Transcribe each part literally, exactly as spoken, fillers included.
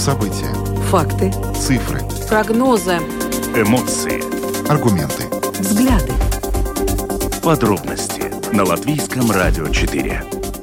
События. Факты. Цифры. Прогнозы. Эмоции. Аргументы. Взгляды. Подробности на Латвийском радио четыре.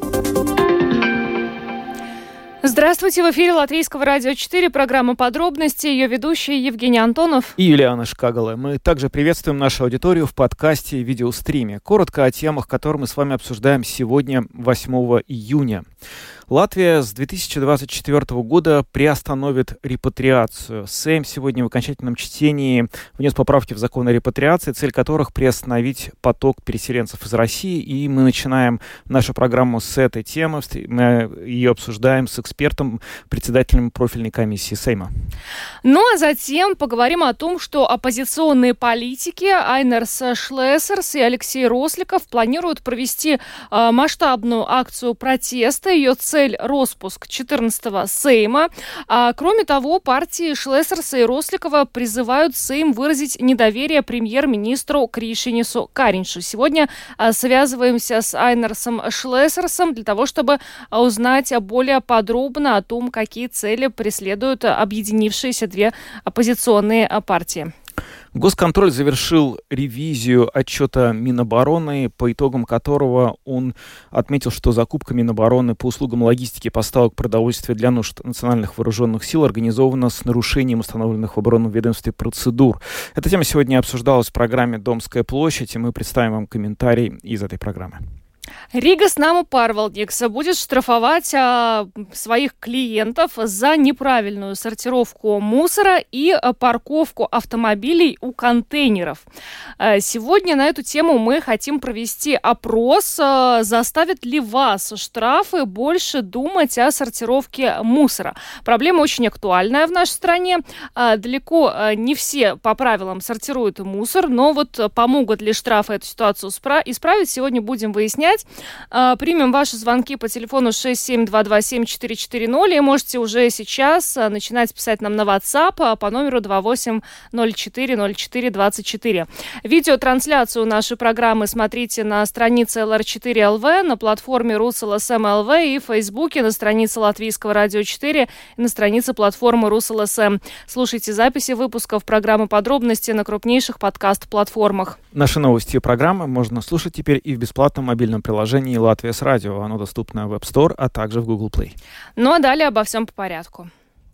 Здравствуйте, в эфире Латвийского радио четыре, программа «Подробности», ее ведущие Евгений Антонов и Юлиана Шкагала. Мы также приветствуем нашу аудиторию в подкасте и видеостриме. Коротко о темах, которые мы с вами обсуждаем сегодня, восьмого июня. Латвия с две тысячи двадцать четвёртого года приостановит репатриацию. Сейм сегодня в окончательном чтении внес поправки в закон о репатриации, цель которых приостановить поток переселенцев из России. И мы начинаем нашу программу с этой темы. Мы ее обсуждаем с экспертом, председателем профильной комиссии Сейма. Ну а затем поговорим о том, что оппозиционные политики Айнерс Шлессерс и Алексей Росликов планируют провести э, масштабную акцию протеста. Ее цель Цель – роспуск четырнадцатого Сейма. А, кроме того, партии Шлессерса и Росликова призывают Сейм выразить недоверие премьер-министру Кришинису Кариншу. Сегодня а, связываемся с Айнерсом Шлессерсом для того, чтобы а, узнать более подробно о том, какие цели преследуют объединившиеся две оппозиционные а, партии. Госконтроль завершил ревизию отчета Минобороны, по итогам которого он отметил, что закупка Минобороны по услугам логистики поставок продовольствия для нужд национальных вооруженных сил организована с нарушением установленных в оборонном ведомстве процедур. Эта тема сегодня обсуждалась в программе «Домская площадь», и мы представим вам комментарий из этой программы. Рīgas namu pārvaldnieks будет штрафовать а, своих клиентов за неправильную сортировку мусора и а, парковку автомобилей у контейнеров. А, сегодня на эту тему мы хотим провести опрос. А, заставят ли вас штрафы больше думать о сортировке мусора? Проблема очень актуальная в нашей стране. А, далеко а, не все по правилам сортируют мусор, но вот помогут ли штрафы эту ситуацию спра- исправить, сегодня будем выяснять. Примем ваши звонки по телефону шесть семь два два семь четыре четыре ноль и можете уже сейчас начинать писать нам на WhatsApp по номеру два восемь ноль четыре ноль четыре двадцать четыре. Видеотрансляцию нашей программы смотрите на странице эл эр четыре эл ви, на платформе РусЛСМ эл ви и в Фейсбуке, на странице Латвийского радио четыре и на странице платформы РусЛСМ. Слушайте записи выпусков программы «Подробности» на крупнейших подкаст-платформах. Наши новости и программы можно слушать теперь и в бесплатном мобильном приложении «Латвия с радио». Оно доступно в App Store, а также в Google Play. Ну а далее обо всем по порядку.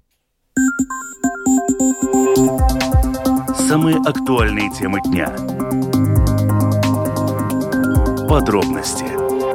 Самые актуальные темы дня. Подробности.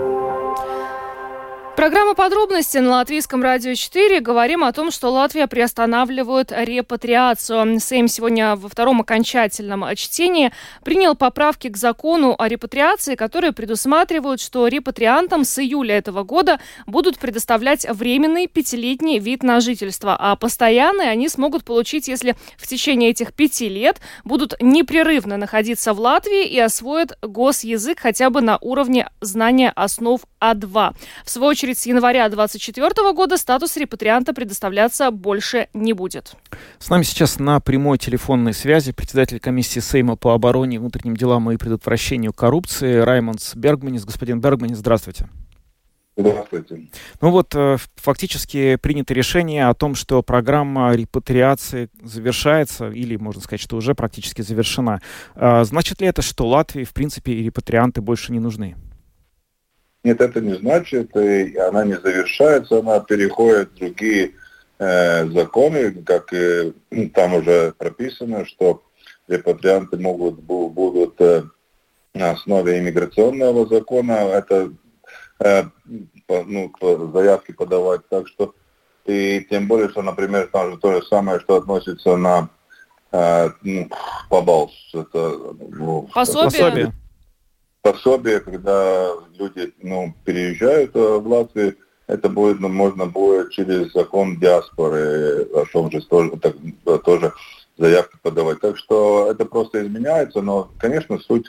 Программа «Подробности» на Латвийском радио четыре. Говорим о том, что Латвия приостанавливает репатриацию. Сейм сегодня во втором окончательном чтении принял поправки к закону о репатриации, которые предусматривают, что репатриантам с июля этого года будут предоставлять временный пятилетний вид на жительство, а постоянный они смогут получить, если в течение этих пяти лет будут непрерывно находиться в Латвии и освоят госязык хотя бы на уровне знания основ а два. В свою очередь, с января двадцать четвёртого года статус репатрианта предоставляться больше не будет. С нами сейчас на прямой телефонной связи председатель комиссии Сейма по обороне, внутренним делам и предотвращению коррупции Раймондс Бергманис. Господин Бергманис, здравствуйте. Здравствуйте. Ну вот, фактически принято решение о том, что программа репатриации завершается, или можно сказать, что уже практически завершена. Значит ли это, что Латвии, в принципе, репатрианты больше не нужны? Нет, это не значит, и она не завершается, она переходит в другие э, законы, как э, там уже прописано, что репатрианты могут будут э, на основе иммиграционного закона это э, по, ну, по заявки подавать, так что и тем более, что, например, там же то же самое, что относится на э, ну, побалс, это ну, пособие. Пособие, когда люди ну, переезжают в Латвию, это будет, ну, можно будет через закон диаспоры, о том же тоже, так, тоже заявки подавать. Так что это просто изменяется, но, конечно, суть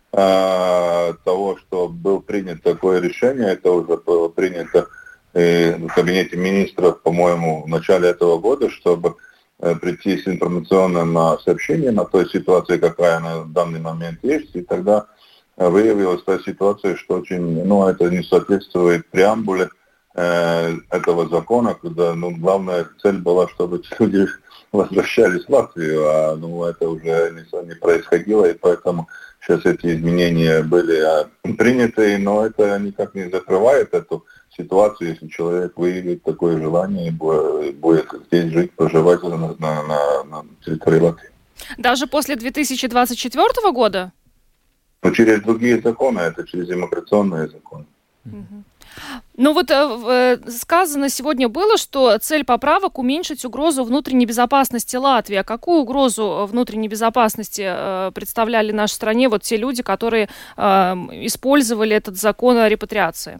э, того, что было принято такое решение, это уже было принято э, в кабинете министров, по-моему, в начале этого года, чтобы э, прийти с информационным сообщением о той ситуации, какая на данный момент есть, и тогда выявилась та ситуация, что очень, ну, это не соответствует преамбуле э, этого закона, когда, ну, главная цель была, чтобы люди возвращались в Латвию, а, ну, это уже не, не происходило, и поэтому сейчас эти изменения были а, приняты, но это никак не закрывает эту ситуацию, если человек выявит такое желание и будет здесь жить, проживать на, на, на, на территории Латвии. Даже после две тысячи двадцать четвёртого года? Ну, через другие законы, это через иммиграционные законы. Угу. Ну вот э, сказано сегодня было, что цель поправок — уменьшить угрозу внутренней безопасности Латвии. А какую угрозу внутренней безопасности э, представляли нашей стране вот те люди, которые э, использовали этот закон о репатриации?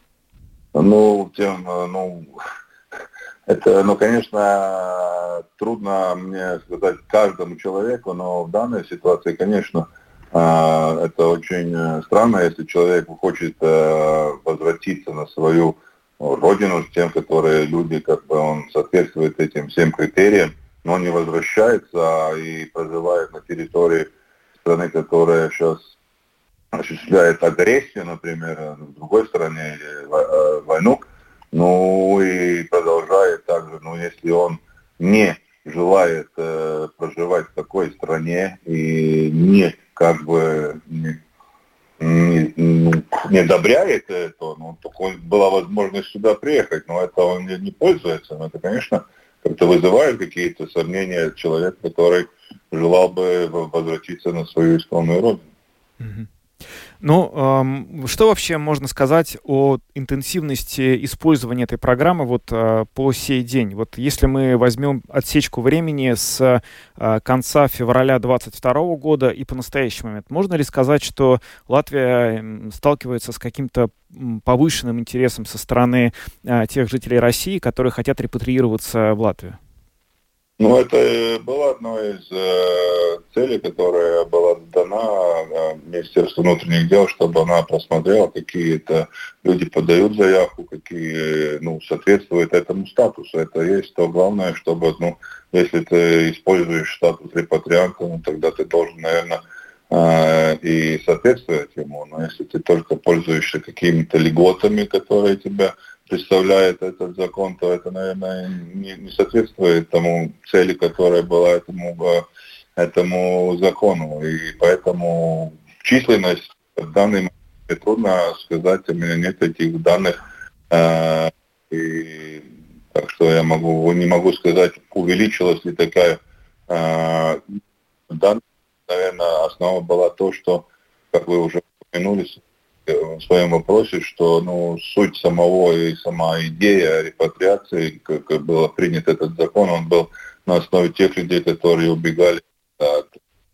Ну, тем, ну, это, ну, конечно, трудно мне сказать каждому человеку, но в данной ситуации, конечно, это очень странно, если человек хочет возвратиться на свою родину с тем, которые люди, как бы он соответствует этим всем критериям, но он не возвращается и проживает на территории страны, которая сейчас осуществляет агрессию, например, в другой стране или войну, ну и продолжает также, ну если он не желает э, проживать в такой стране и не как бы не, не, не одобряет это, ну, только была возможность сюда приехать, но это он не, не пользуется, но это, конечно, как-то вызывает какие-то сомнения человека, который желал бы возвратиться на свою исконную родину. Mm-hmm. Ну, эм, что вообще можно сказать о интенсивности использования этой программы вот э, по сей день? Вот если мы возьмем отсечку времени с э, конца февраля двадцать второго года и по настоящий момент, можно ли сказать, что Латвия сталкивается с каким-то повышенным интересом со стороны э, тех жителей России, которые хотят репатриироваться в Латвию? Ну, это было одной из э, целей, которая была дана э, Министерству внутренних дел, чтобы она просмотрела, какие-то люди подают заявку, какие, ну, соответствуют этому статусу. Это есть то главное, чтобы, ну, если ты используешь статус репатрианта, ну, тогда ты должен, наверное, э, и соответствовать ему. Но если ты только пользуешься какими-то льготами, которые тебя представляет этот закон, то это, наверное, не, не соответствует тому цели, которая была этому, этому закону. И поэтому численность в данный момент трудно сказать, у меня нет этих данных. Э, и, так что я могу, не могу сказать, увеличилась ли такая э, данная. Наверное, основа была то, что, как вы уже упомянули в своем вопросе, что, ну, суть самого и сама идея репатриации, как был принят этот закон, он был на основе тех людей, которые убегали от,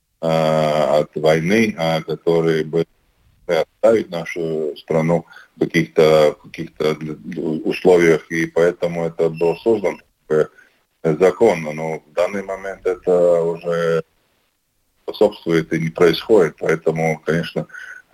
от войны, которые бы оставить нашу страну в каких-то, каких-то условиях, и поэтому это был создан закон. Но в данный момент это уже способствует и не происходит, поэтому, конечно,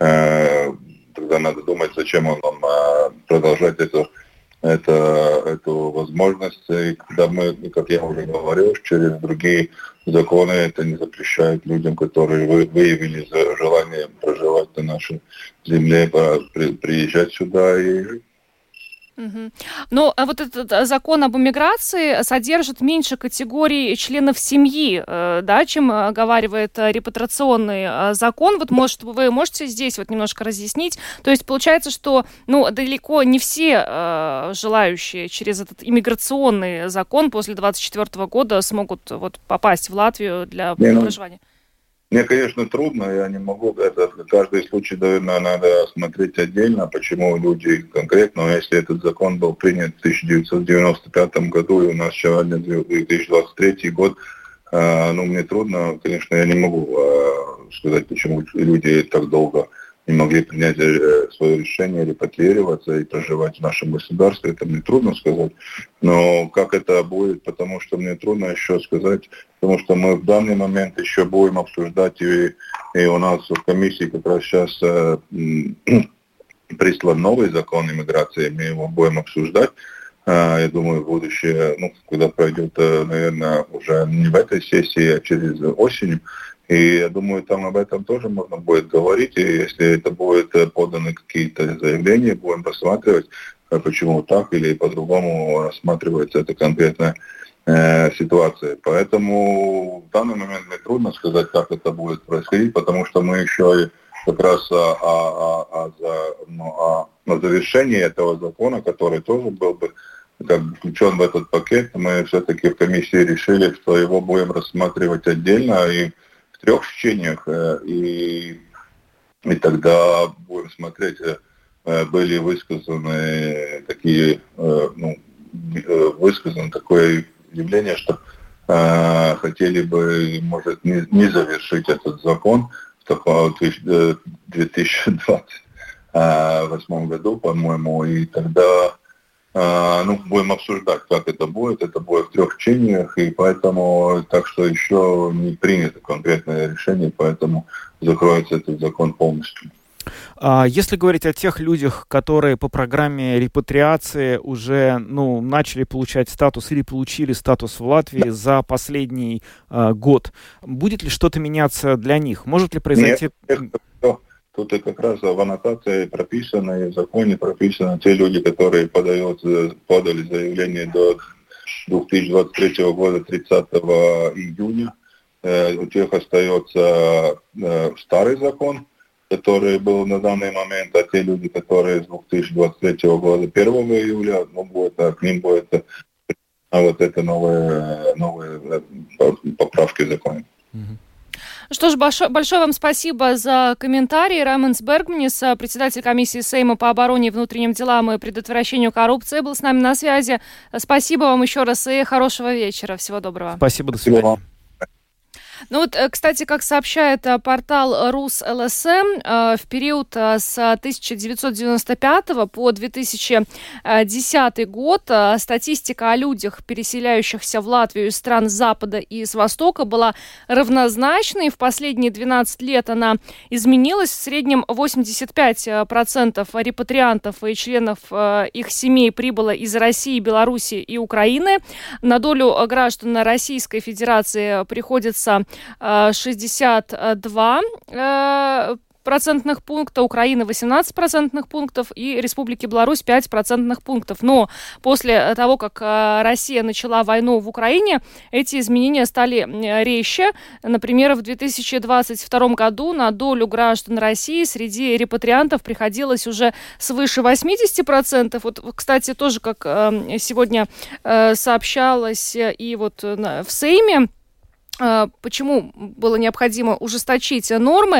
тогда надо думать, зачем он нам а, продолжать эту, это, эту возможность. И когда мы, как я уже говорил, через другие законы это не запрещает людям, которые вы, выявили желание проживать на нашей земле, при, приезжать сюда и жить. Угу. Ну, а вот этот закон об иммиграции содержит меньше категорий членов семьи, да, чем оговаривает репатриационный закон. Вот, может, вы можете здесь вот немножко разъяснить? То есть получается, что, ну, далеко не все э, желающие через этот иммиграционный закон после двадцать четвёртого года смогут вот попасть в Латвию для не, ну... проживания. Мне, конечно, трудно, я не могу, это каждый случай, наверное, надо смотреть отдельно, почему люди конкретно, но если этот закон был принят в тысяча девятьсот девяносто пятом году, и у нас сегодня две тысячи двадцать третий год, э, ну, мне трудно, конечно, я не могу э, сказать, почему люди так долго не могли принять э, свое решение репатриироваться и проживать в нашем государстве, это мне трудно сказать, но как это будет, потому что мне трудно еще сказать, потому что мы в данный момент еще будем обсуждать, и, и у нас в комиссии как раз сейчас э, прислан новый закон иммиграции, мы его будем обсуждать. Э, я думаю, в будущее, ну, когда пройдет, э, наверное, уже не в этой сессии, а через осень. И я думаю, там об этом тоже можно будет говорить, и если это будут поданы какие-то заявления, будем рассматривать. почему так или по-другому рассматривается эта конкретная э, ситуация. Поэтому в данный момент мне трудно сказать, как это будет происходить, потому что мы еще и как раз о, о, о, о, ну, о, о завершении этого закона, который тоже был бы как бы включен в этот пакет, мы все-таки в комиссии решили, что его будем рассматривать отдельно и в трех чтениях, и, и тогда будем смотреть, были высказаны такие, ну, высказано такое явление, что э, хотели бы, может, не, не завершить этот закон в две тысячи двадцать восьмом году, по-моему, и тогда э, ну, будем обсуждать, как это будет. Это будет в трех чтениях, и поэтому, так что еще не принято конкретное решение, поэтому закроется этот закон полностью. Если говорить о тех людях, которые по программе репатриации уже ну, начали получать статус или получили статус в Латвии за последний э, год, будет ли что-то меняться для них? Может ли произойти... Нет, это, тут и как раз в аннотации прописано, и в законе прописано, те люди, которые подают, подали заявление до две тысячи двадцать третьего года тридцатого июня, э, у тех остается э, старый закон, который был на данный момент, а те люди, которые с две тысячи двадцать третьего года первого июля, ну, будет, к ним будет а вот это новые, новые поправки в законе. Что ж, большое, большое вам спасибо за комментарий. Раймондс Бергманис, председатель комиссии Сейма по обороне и внутренним делам и предотвращению коррупции, был с нами на связи. Спасибо вам еще раз и хорошего вечера. Всего доброго. Спасибо, до свидания. Ну вот, кстати, как сообщает портал РусЛСМ, в период с тысяча девятьсот девяносто пятого по две тысячи десятый год статистика о людях, переселяющихся в Латвию из стран Запада и с Востока, была равнозначной. В последние двенадцать лет она изменилась. В среднем восемьдесят пять процентов репатриантов и членов их семей прибыло из России, Беларуси и Украины. На долю граждан Российской Федерации приходится шестьдесят два процентных пункта, Украина восемнадцать процентных пунктов и Республики Беларусь пять процентных пунктов. Но после того, как Россия начала войну в Украине, эти изменения стали резче. Например, в две тысячи двадцать втором году на долю граждан России среди репатриантов приходилось уже свыше восемьдесят процентов. Вот, кстати, тоже, как сегодня сообщалось и вот в Сейме, почему было необходимо ужесточить нормы.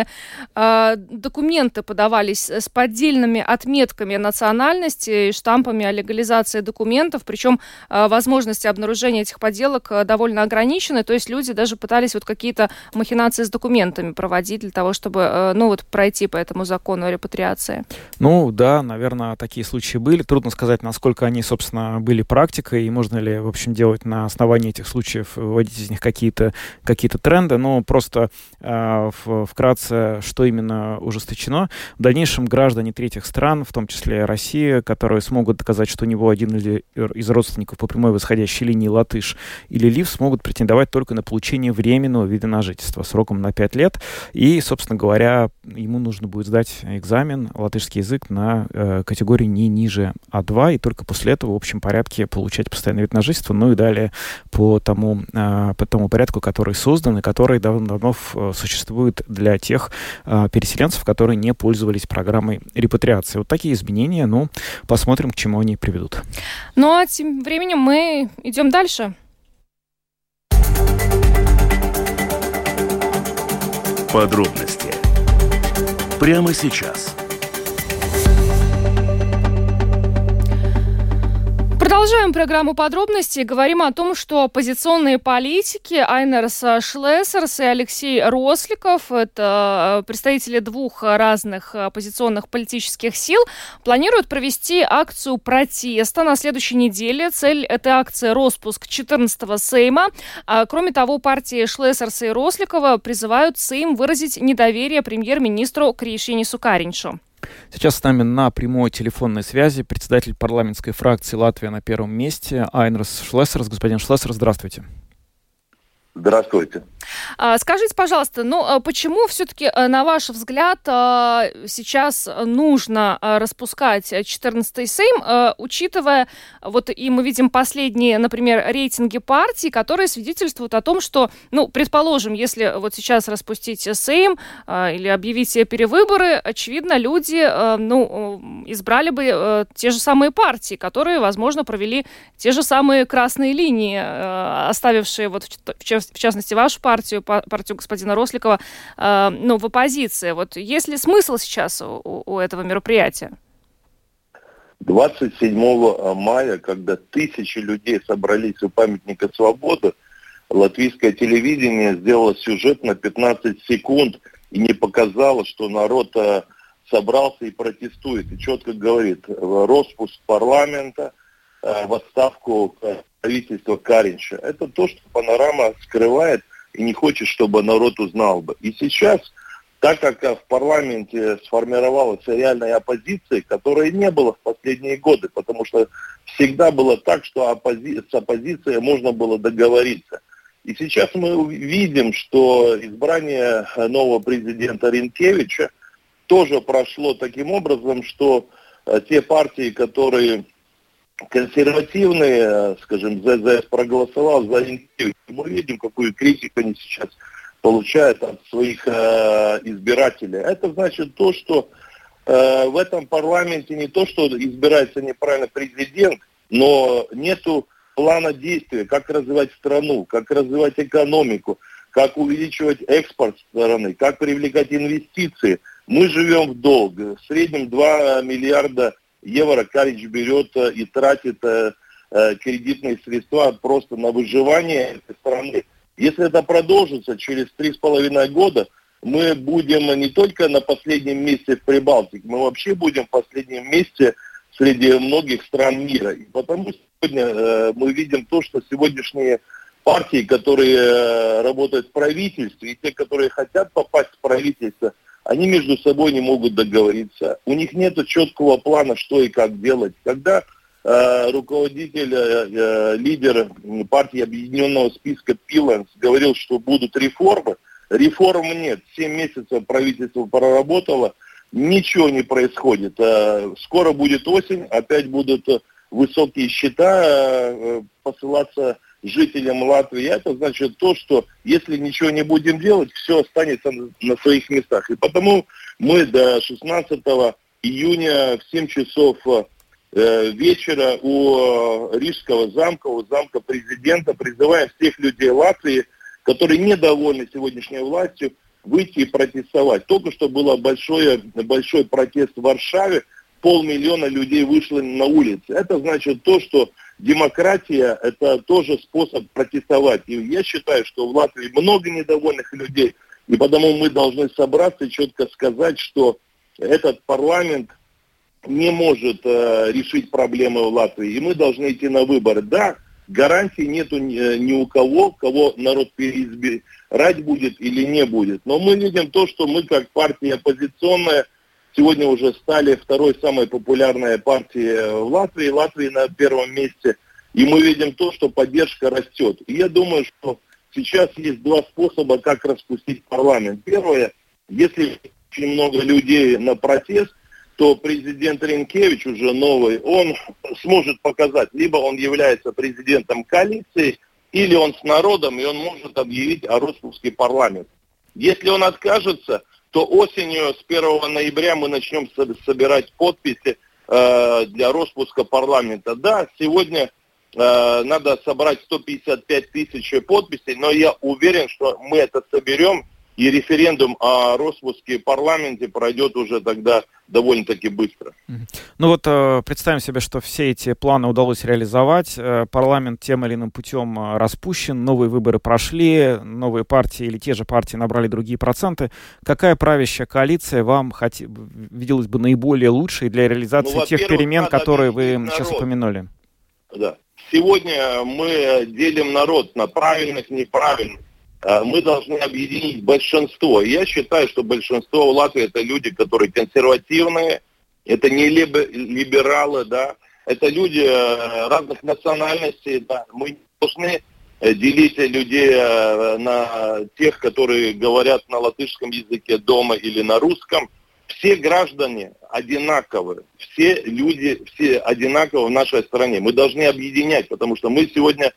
Документы подавались с поддельными отметками национальности и штампами о легализации документов, причем возможности обнаружения этих подделок довольно ограничены, то есть люди даже пытались вот какие-то махинации с документами проводить для того, чтобы ну, вот, пройти по этому закону о репатриации. Ну да, наверное, такие случаи были. Трудно сказать, насколько они, собственно, были практикой, и можно ли, в общем, делать на основании этих случаев, вводить из них какие-то какие-то тренды, но просто э, вкратце, что именно ужесточено. В дальнейшем граждане третьих стран, в том числе Россия, которые смогут доказать, что у него один из родственников по прямой восходящей линии латыш или лив, смогут претендовать только на получение временного вида на жительство сроком на пять лет. И, собственно говоря, ему нужно будет сдать экзамен латышский язык на э, категории не ниже А два, и только после этого в общем порядке получать постоянный вид на жительство, ну и далее по тому, э, по тому порядку, который создан и который давно существует для тех э, переселенцев, которые не пользовались программой репатриации. Вот такие изменения, ну, посмотрим, к чему они приведут. Ну, а тем временем мы идем дальше. Подробности прямо сейчас. Продолжаем программу «Подробности». Говорим о том, что оппозиционные политики Айнерс Шлессерс и Алексей Росликов, это представители двух разных оппозиционных политических сил, планируют провести акцию протеста на следующей неделе. Цель этой акции – распуск четырнадцатого Сейма. А, кроме того, партии Шлессерса и Росликова призывают Сейм выразить недоверие премьер-министру Кришьянису Кариньшу. Сейчас с нами на прямой телефонной связи председатель парламентской фракции «Латвия на первом месте» Айнерс Шлессерс. Господин Шлессерс, здравствуйте. Здравствуйте. Скажите, пожалуйста, ну почему все-таки, на ваш взгляд, сейчас нужно распускать четырнадцатый Сейм, учитывая, вот и мы видим последние, например, рейтинги партий, которые свидетельствуют о том, что, ну, предположим, если вот сейчас распустить Сейм или объявить перевыборы, очевидно, люди, ну, избрали бы те же самые партии, которые, возможно, провели те же самые красные линии, оставившие, вот, в частности, вашу партию, партию господина Росликова, э, ну, в оппозиции. Вот есть ли смысл сейчас у, у этого мероприятия? двадцать седьмого мая, когда тысячи людей собрались у памятника Свободы, латвийское телевидение сделало сюжет на пятнадцать секунд и не показало, что народ э, собрался и протестует. И четко говорит: распуск парламента, э, в отставку правительства Каринча. Это то, что Панорама скрывает и не хочет, чтобы народ узнал бы. И сейчас, так как в парламенте сформировалась реальная оппозиция, которой не было в последние годы, потому что всегда было так, что оппози- с оппозицией можно было договориться. И сейчас мы видим, что избрание нового президента Ринкевича тоже прошло таким образом, что те партии, которые консервативные, скажем, ЗЗС проголосовал за Ринкевича. Мы видим, какую критику они сейчас получают от своих э, избирателей. Это значит то, что э, в этом парламенте не то, что избирается неправильно президент, но нету плана действия, как развивать страну, как развивать экономику, как увеличивать экспорт страны, как привлекать инвестиции. Мы живем в долг. В среднем два миллиарда евро Каринч берет и тратит э, кредитные средства просто на выживание этой страны. Если это продолжится через три с половиной года, мы будем не только на последнем месте в Прибалтике, мы вообще будем в последнем месте среди многих стран мира. И потому сегодня э, мы видим то, что сегодняшние партии, которые э, работают в правительстве, и те, которые хотят попасть в правительство, они между собой не могут договориться. У них нет четкого плана, что и как делать. Когда э, руководитель, э, э, лидер партии Объединенного списка Пиленс говорил, что будут реформы, реформ нет. Семь месяцев правительство проработало, ничего не происходит. Э, скоро будет осень, опять будут высокие счета э, посылаться жителям Латвии. Это значит то, что если ничего не будем делать, все останется на своих местах. И потому мы до шестнадцатого июня в семь часов э, вечера у Рижского замка, у замка президента призываем всех людей Латвии, которые недовольны сегодняшней властью, выйти и протестовать. Только что был большой, большой протест в Варшаве, полмиллиона людей вышло на улицы. Это значит то, что демократия – это тоже способ протестовать. И я считаю, что в Латвии много недовольных людей, и потому мы должны собраться и четко сказать, что этот парламент не может э, решить проблемы в Латвии, и мы должны идти на выборы. Да, гарантий нету ни, ни у кого, кого народ переизбирать будет или не будет. Но мы видим то, что мы как партия оппозиционная сегодня уже стали второй самой популярной партией в Латвии. Латвия на первом месте. И мы видим то, что поддержка растет. И я думаю, что сейчас есть два способа, как распустить парламент. Первое, если очень много людей на протест, то президент Ринкевич, уже новый, он сможет показать, либо он является президентом коалиции, или он с народом, и он может объявить о распуске парламента. Если он откажется, то осенью с первого ноября мы начнем собирать подписи э, для распуска парламента. Да, сегодня э, надо собрать сто пятьдесят пять тысяч подписей, но я уверен, что мы это соберем, и референдум о распуске парламента пройдет уже тогда довольно-таки быстро. Ну вот э, представим себе, что все эти планы удалось реализовать, э, парламент тем или иным путем э, распущен, новые выборы прошли, новые партии или те же партии набрали другие проценты. Какая правящая коалиция вам хот... виделась бы наиболее лучшей для реализации ну, тех перемен, которые вы народ. сейчас упомянули? Да. Сегодня мы делим народ на правильных и неправильных. Мы должны объединить большинство. Я считаю, что большинство в Латвии это люди, которые консервативные, это не либералы, да, это люди разных национальностей, да. Мы должны делить людей на тех, которые говорят на латышском языке дома или на русском. Все граждане одинаковы, все люди, все одинаковы в нашей стране. Мы должны объединять, потому что мы сегодня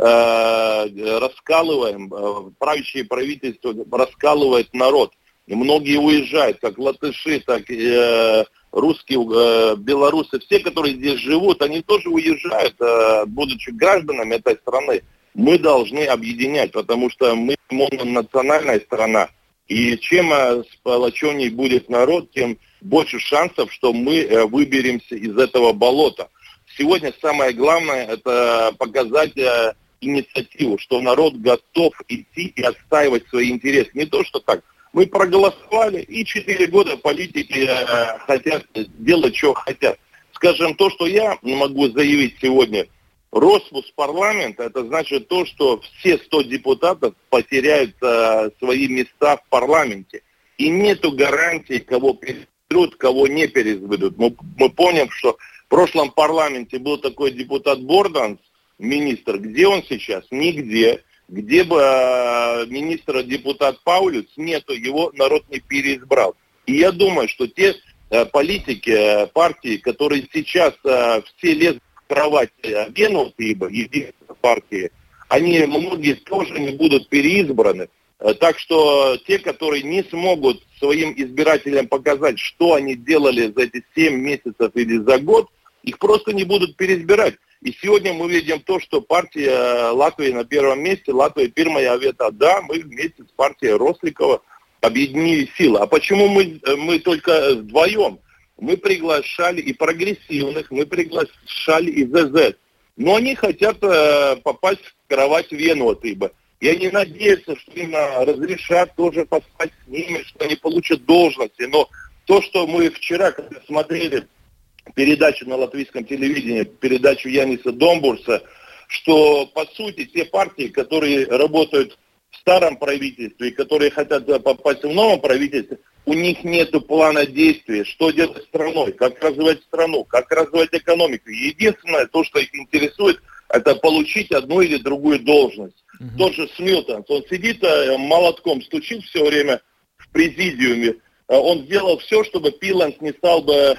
э, раскалываем, э, правящее правительство раскалывает народ. И многие уезжают, как латыши, так и э, русские, э, белорусы. Все, которые здесь живут, они тоже уезжают, э, будучи гражданами этой страны. Мы должны объединять, потому что мы мононациональная страна. И чем сплоченнее будет народ, тем больше шансов, что мы выберемся из этого болота. Сегодня самое главное – это показать инициативу, что народ готов идти и отстаивать свои интересы. Не то, что так. Мы проголосовали, и четыре года политики хотят делать, что хотят. Скажем, то, что я могу заявить сегодня – распуск парламента, это значит то, что все сто депутатов потеряют э, свои места в парламенте. И нету гарантии, кого переизберут, кого не переизберут. Мы, мы помним, что в прошлом парламенте был такой депутат Борданс, министр. Где он сейчас? Нигде. Где бы э, министр-депутат Паулюс, нету, его народ не переизбрал. И я думаю, что те э, политики, э, партии, которые сейчас э, все лезут кровать Вену, ибо единственной партии, они многие тоже не будут переизбраны. Так что те, которые не смогут своим избирателям показать, что они делали за эти семь месяцев или за год, их просто не будут переизбирать. И сегодня мы видим то, что партия Латвии на первом месте, Латвия Pirmajā vietā, да, мы вместе с партией Росликова объединили силы. А почему мы, мы только вдвоем? Мы приглашали и прогрессивных, мы приглашали и ЗЗ. Но они хотят э, попасть в кровать Венуатыба. И они надеются, что им разрешат тоже поспать с ними, что они получат должности. Но то, что мы вчера, когда смотрели передачу на латвийском телевидении, передачу Яниса Домбурса, что, по сути, те партии, которые работают в старом правительстве, которые хотят попасть в новом правительстве, у них нет плана действия, что делать с страной, как развивать страну, как развивать экономику. Единственное, то, что их интересует, это получить одну или другую должность. Uh-huh. Тот же Смилтонс, он сидит, молотком стучит все время в президиуме. Он сделал все, чтобы Пиланс не стал бы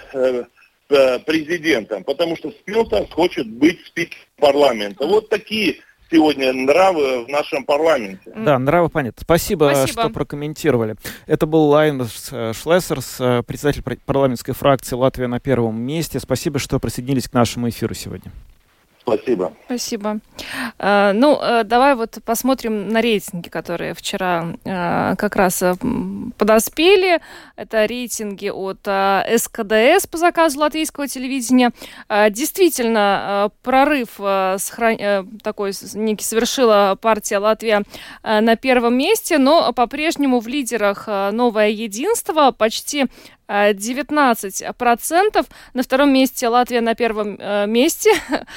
президентом, потому что Смилтонс хочет быть спикером парламента. Вот такие сегодня нравы в нашем парламенте. Да, нравы понятно. Спасибо, Спасибо. что прокомментировали. Это был Лайнес Шлессерс, председатель парламентской фракции «Латвия на первом месте». Спасибо, что присоединились к нашему эфиру сегодня. Спасибо. Спасибо. А, ну, а, давай вот посмотрим на рейтинги, которые вчера а, как раз а, подоспели. Это рейтинги от а, эс ка дэ эс по заказу латвийского телевидения. А, действительно, а, прорыв а, сохран... а, такой некий совершила партия «Латвия» а, на первом месте, но по-прежнему в лидерах а, «Новое единство» почти девятнадцать процентов. На втором месте Латвия на первом э, месте.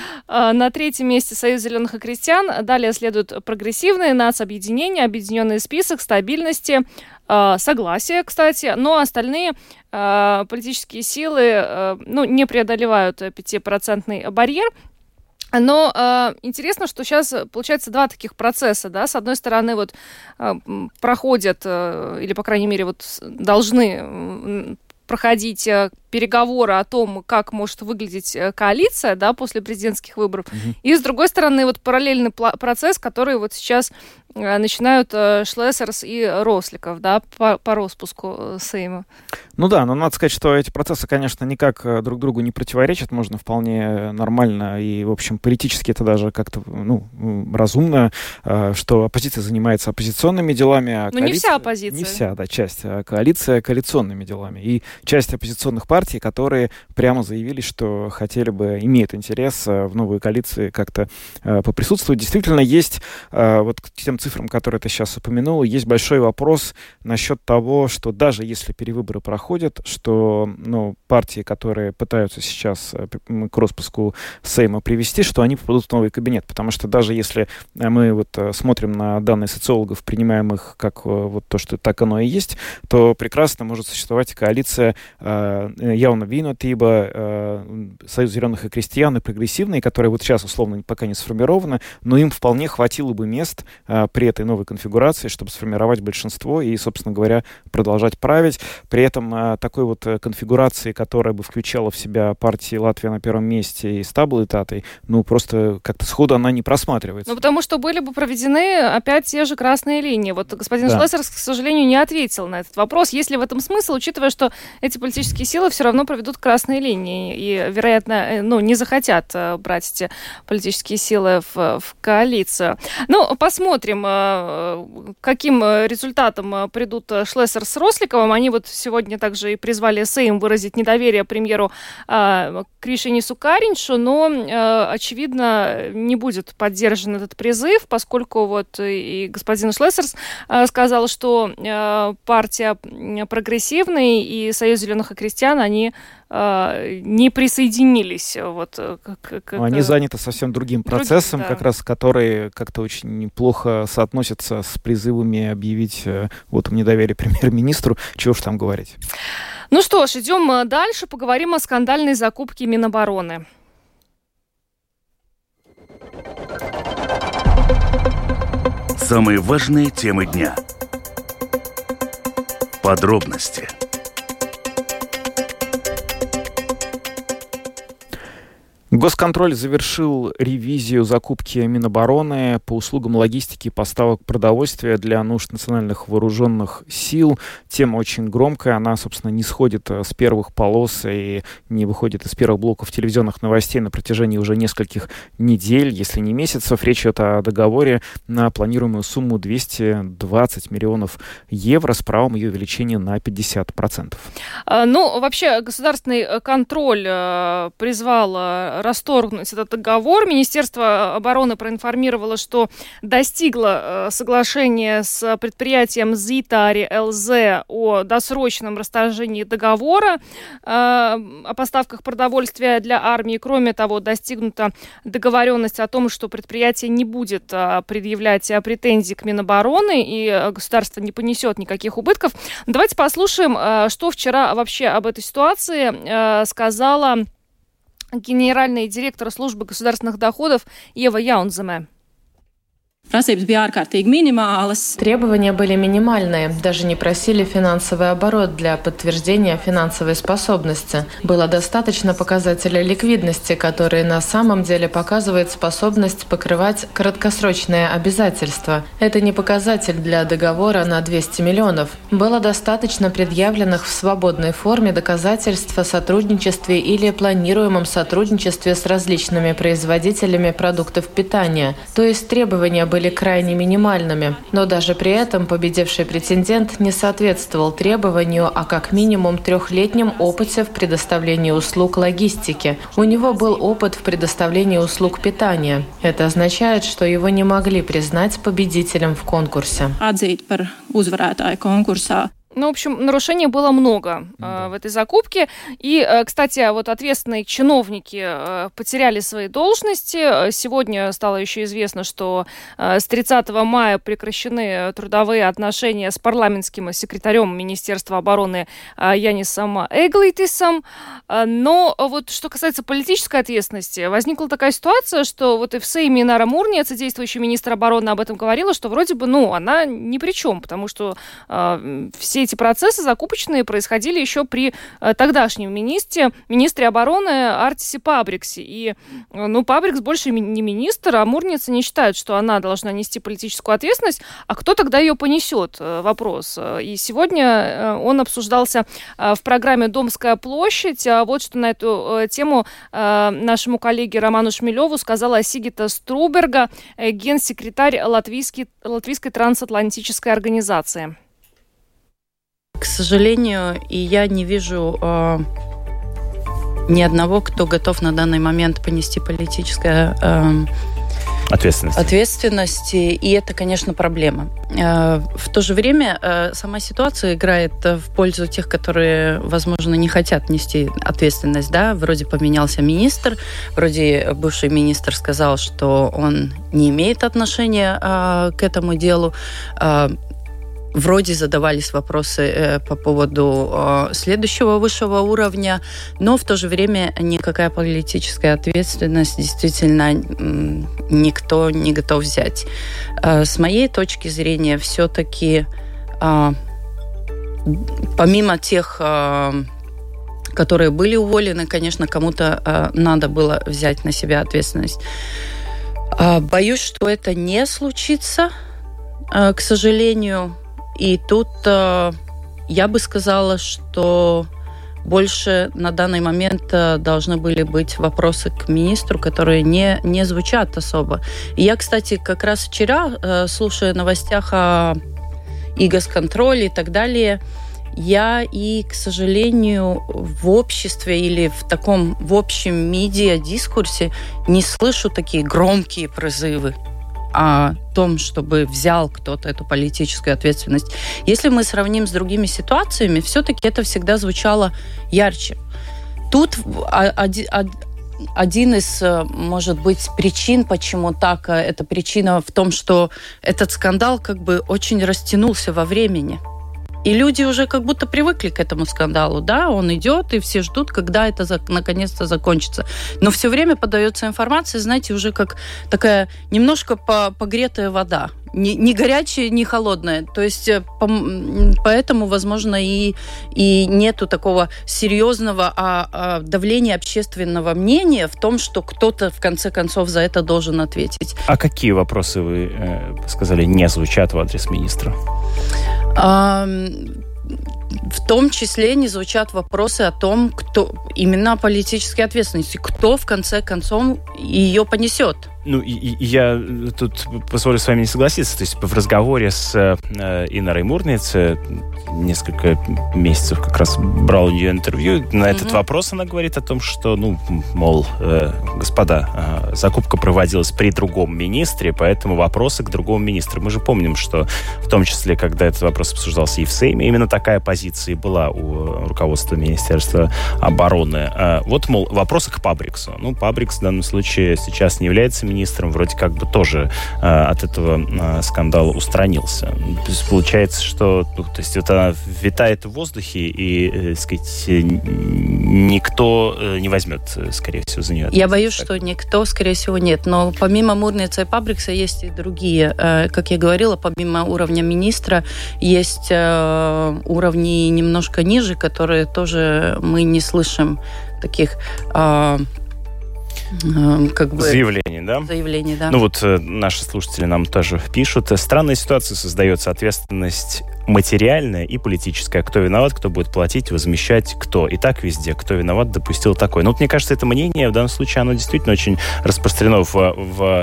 На третьем месте Союз зеленых и крестьян. Далее следуют прогрессивные, нацобъединения, объединенный список, стабильности, э, согласие, кстати. Но остальные э, политические силы э, ну, не преодолевают пятипроцентный барьер. Но э, интересно, что сейчас получается два таких процесса, да, с одной стороны вот э, проходят, э, или, по крайней мере, вот должны э, проходить э, переговоры о том, как может выглядеть э, коалиция, да, после президентских выборов, mm-hmm. и, с другой стороны, вот параллельный пла- процесс, который вот сейчас э, начинают э, Шлессерс и Росликов, да, по, по распуску э, Сейма. Ну да, но надо сказать, что эти процессы, конечно, никак друг другу не противоречат, можно вполне нормально и, в общем, политически это даже как-то, ну, разумно, что оппозиция занимается оппозиционными делами, а ну, коалиция... не вся оппозиция. Не вся, да, часть, а коалиция коалиционными делами. И часть оппозиционных партий, которые прямо заявили, что хотели бы, имеют интерес в новой коалиции как-то поприсутствовать. Действительно, есть, вот к тем цифрам, которые ты сейчас упомянул, есть большой вопрос насчет того, что даже если перевыборы проходят, что, ну, партии, которые пытаются сейчас к распуску Сейма привести, что они попадут в новый кабинет. Потому что даже если мы вот смотрим на данные социологов, принимаем их как вот то, что так оно и есть, то прекрасно может существовать коалиция э, явно Винотиба, Союз зеленых и крестьян и прогрессивные, которые вот сейчас условно пока не сформированы, но им вполне хватило бы мест при этой новой конфигурации, чтобы сформировать большинство и, собственно говоря, продолжать править. При этом такой вот конфигурации, которая бы включала в себя партии «Латвия на первом месте» и «Стабилитатой», ну, просто как-то сходу она не просматривается. Ну, потому что были бы проведены опять те же красные линии. Вот господин да. Шлессерс, к сожалению, не ответил на этот вопрос. Есть ли в этом смысл, учитывая, что эти политические силы все равно проведут красные линии и, вероятно, ну, не захотят брать эти политические силы в, в коалицию. Ну, посмотрим, каким результатом придут Шлессер с Росликовым. Они вот сегодня также и призвали Сейм выразить недоверие премьеру Кришинису Кариньшу, но, очевидно, не будет поддержан этот призыв, поскольку вот и господин Шлессерс сказал, что партия прогрессивный и Союз зеленых и крестьян, они э, не присоединились. Вот, к, к, они заняты совсем другим процессом, другим, да. как раз который как-то очень неплохо соотносится с призывами объявить э, вот недоверие премьер-министру. Чего уж там говорить. Ну что ж, идем дальше, поговорим о скандальной закупке Минобороны. Самые важные темы дня. Подробности. Госконтроль завершил ревизию закупки Минобороны по услугам логистики и поставок продовольствия для нужд национальных вооруженных сил. Тема очень громкая, она, собственно, не сходит с первых полос и не выходит из первых блоков телевизионных новостей на протяжении уже нескольких недель, если не месяцев. Речь идет о договоре на планируемую сумму двести двадцать миллионов евро с правом ее увеличения на пятьдесят процентов. Ну, вообще, государственный контроль призвал расторгнуть этот договор. Министерство обороны проинформировало, что достигло э, соглашения с предприятием Зитари ЛЗ о досрочном расторжении договора э, о поставках продовольствия для армии. Кроме того, достигнута договоренность о том, что предприятие не будет э, предъявлять э, претензий к Минобороны и э, государство не понесет никаких убытков. Давайте послушаем, э, что вчера вообще об этой ситуации э, сказала генеральный директор службы государственных доходов Ева Яунземе. Требования были минимальные, даже не просили финансовый оборот для подтверждения финансовой способности. Было достаточно показателей ликвидности, которые на самом деле показывают способность покрывать краткосрочные обязательства. Это не показатель для договора на двести миллионов. Было достаточно предъявленных в свободной форме доказательств о сотрудничестве или планируемом сотрудничестве с различными производителями продуктов питания. То есть требования были были крайне минимальными. Но даже при этом победивший претендент не соответствовал требованию о как минимум трехлетнем опыте в предоставлении услуг логистики. У него был опыт в предоставлении услуг питания. Это означает, что его не могли признать победителем в конкурсе. Ну, в общем, нарушений было много э, в этой закупке. И, э, кстати, вот ответственные чиновники э, потеряли свои должности. Сегодня стало еще известно, что э, с тридцатого мая прекращены трудовые отношения с парламентским секретарем Министерства обороны э, Янисом Эглитисом. Э, но вот что касается политической ответственности, возникла такая ситуация, что вот и в Сейме Нара Мурниеца, действующий министр обороны, об этом говорила, что вроде бы, ну, она ни при чем, потому что э, все эти процессы закупочные происходили еще при э, тогдашнем министре, министре обороны Артисе Пабриксе. И, э, ну, Пабрикс больше ми- не министр, а Мурниеца не считает, что она должна нести политическую ответственность. А кто тогда ее понесет? Э, вопрос. И сегодня э, он обсуждался э, в программе «Домская площадь». А вот что на эту э, тему э, нашему коллеге Роману Шмелеву сказала Сигита Струберга, э, генсекретарь Латвийской, Латвийской трансатлантической организации. К сожалению, и я не вижу э, ни одного, кто готов на данный момент понести политическое э, ответственность. ответственности, и это, конечно, проблема. Э, в то же время э, сама ситуация играет в пользу тех, которые, возможно, не хотят нести ответственность. Да? Вроде поменялся министр, вроде бывший министр сказал, что он не имеет отношения э, к этому делу. Э, Вроде задавались вопросы э, по поводу э, следующего высшего уровня, но в то же время никакая политическая ответственность действительно э, никто не готов взять. Э, с моей точки зрения, все-таки э, помимо тех, э, которые были уволены, конечно, кому-то э, надо было взять на себя ответственность. Э, боюсь, что это не случится, э, к сожалению. И тут э, я бы сказала, что больше на данный момент э, должны были быть вопросы к министру, которые не, не звучат особо. И я, кстати, как раз вчера, э, слушая в новостях о и-госконтроле и так далее, я и, к сожалению, в обществе или в таком в общем медиа-дискурсе не слышу такие громкие призывы о том, чтобы взял кто-то эту политическую ответственность. Если мы сравним с другими ситуациями, все-таки это всегда звучало ярче. Тут один из, может быть, причин, почему так, это причина в том, что этот скандал как бы очень растянулся во времени. И люди уже как будто привыкли к этому скандалу, да, он идет, и все ждут, когда это за, наконец-то закончится. Но все время подается информация, знаете, уже как такая немножко по, погретая вода. Не, не горячая, не холодная. То есть по, поэтому, возможно, и, и нету такого серьезного а, а давления общественного мнения в том, что кто-то, в конце концов, за это должен ответить. А какие вопросы, вы э, сказали, не звучат в адрес министра? А, в том числе не звучат вопросы о том, кто именно о политической ответственности, кто в конце концов ее понесет. Ну, и, и я тут позволю с вами не согласиться. То есть в разговоре с э, Инарой Мурниц несколько месяцев как раз брал у нее интервью. На mm-hmm. этот вопрос она говорит о том, что, ну, мол, э, господа, э, закупка проводилась при другом министре, поэтому вопросы к другому министру. Мы же помним, что в том числе, когда этот вопрос обсуждался и в Сейме, именно такая позиция была у руководства Министерства обороны. Э, вот, мол, вопросы к Пабриксу. Ну, Пабрикс в данном случае сейчас не является министром, вроде как бы тоже э, от этого э, скандала устранился. То есть получается, что ну, то есть это витает в воздухе, и, э, сказать, никто э, не возьмет, скорее всего, за нее. Я боюсь, так. что никто, скорее всего, нет. Но помимо Мурница и Пабрикса есть и другие. Э, как я говорила, помимо уровня министра, есть э, уровни немножко ниже, которые тоже мы не слышим таких... Э, Как бы заявлений, да? Заявлений, да. Ну вот э, наши слушатели нам тоже пишут. Странная ситуация создается, ответственность материальная и политическая. Кто виноват, кто будет платить, возмещать, кто. И так везде. Кто виноват, допустил такое. Ну вот мне кажется, это мнение в данном случае, оно действительно очень распространено в, в,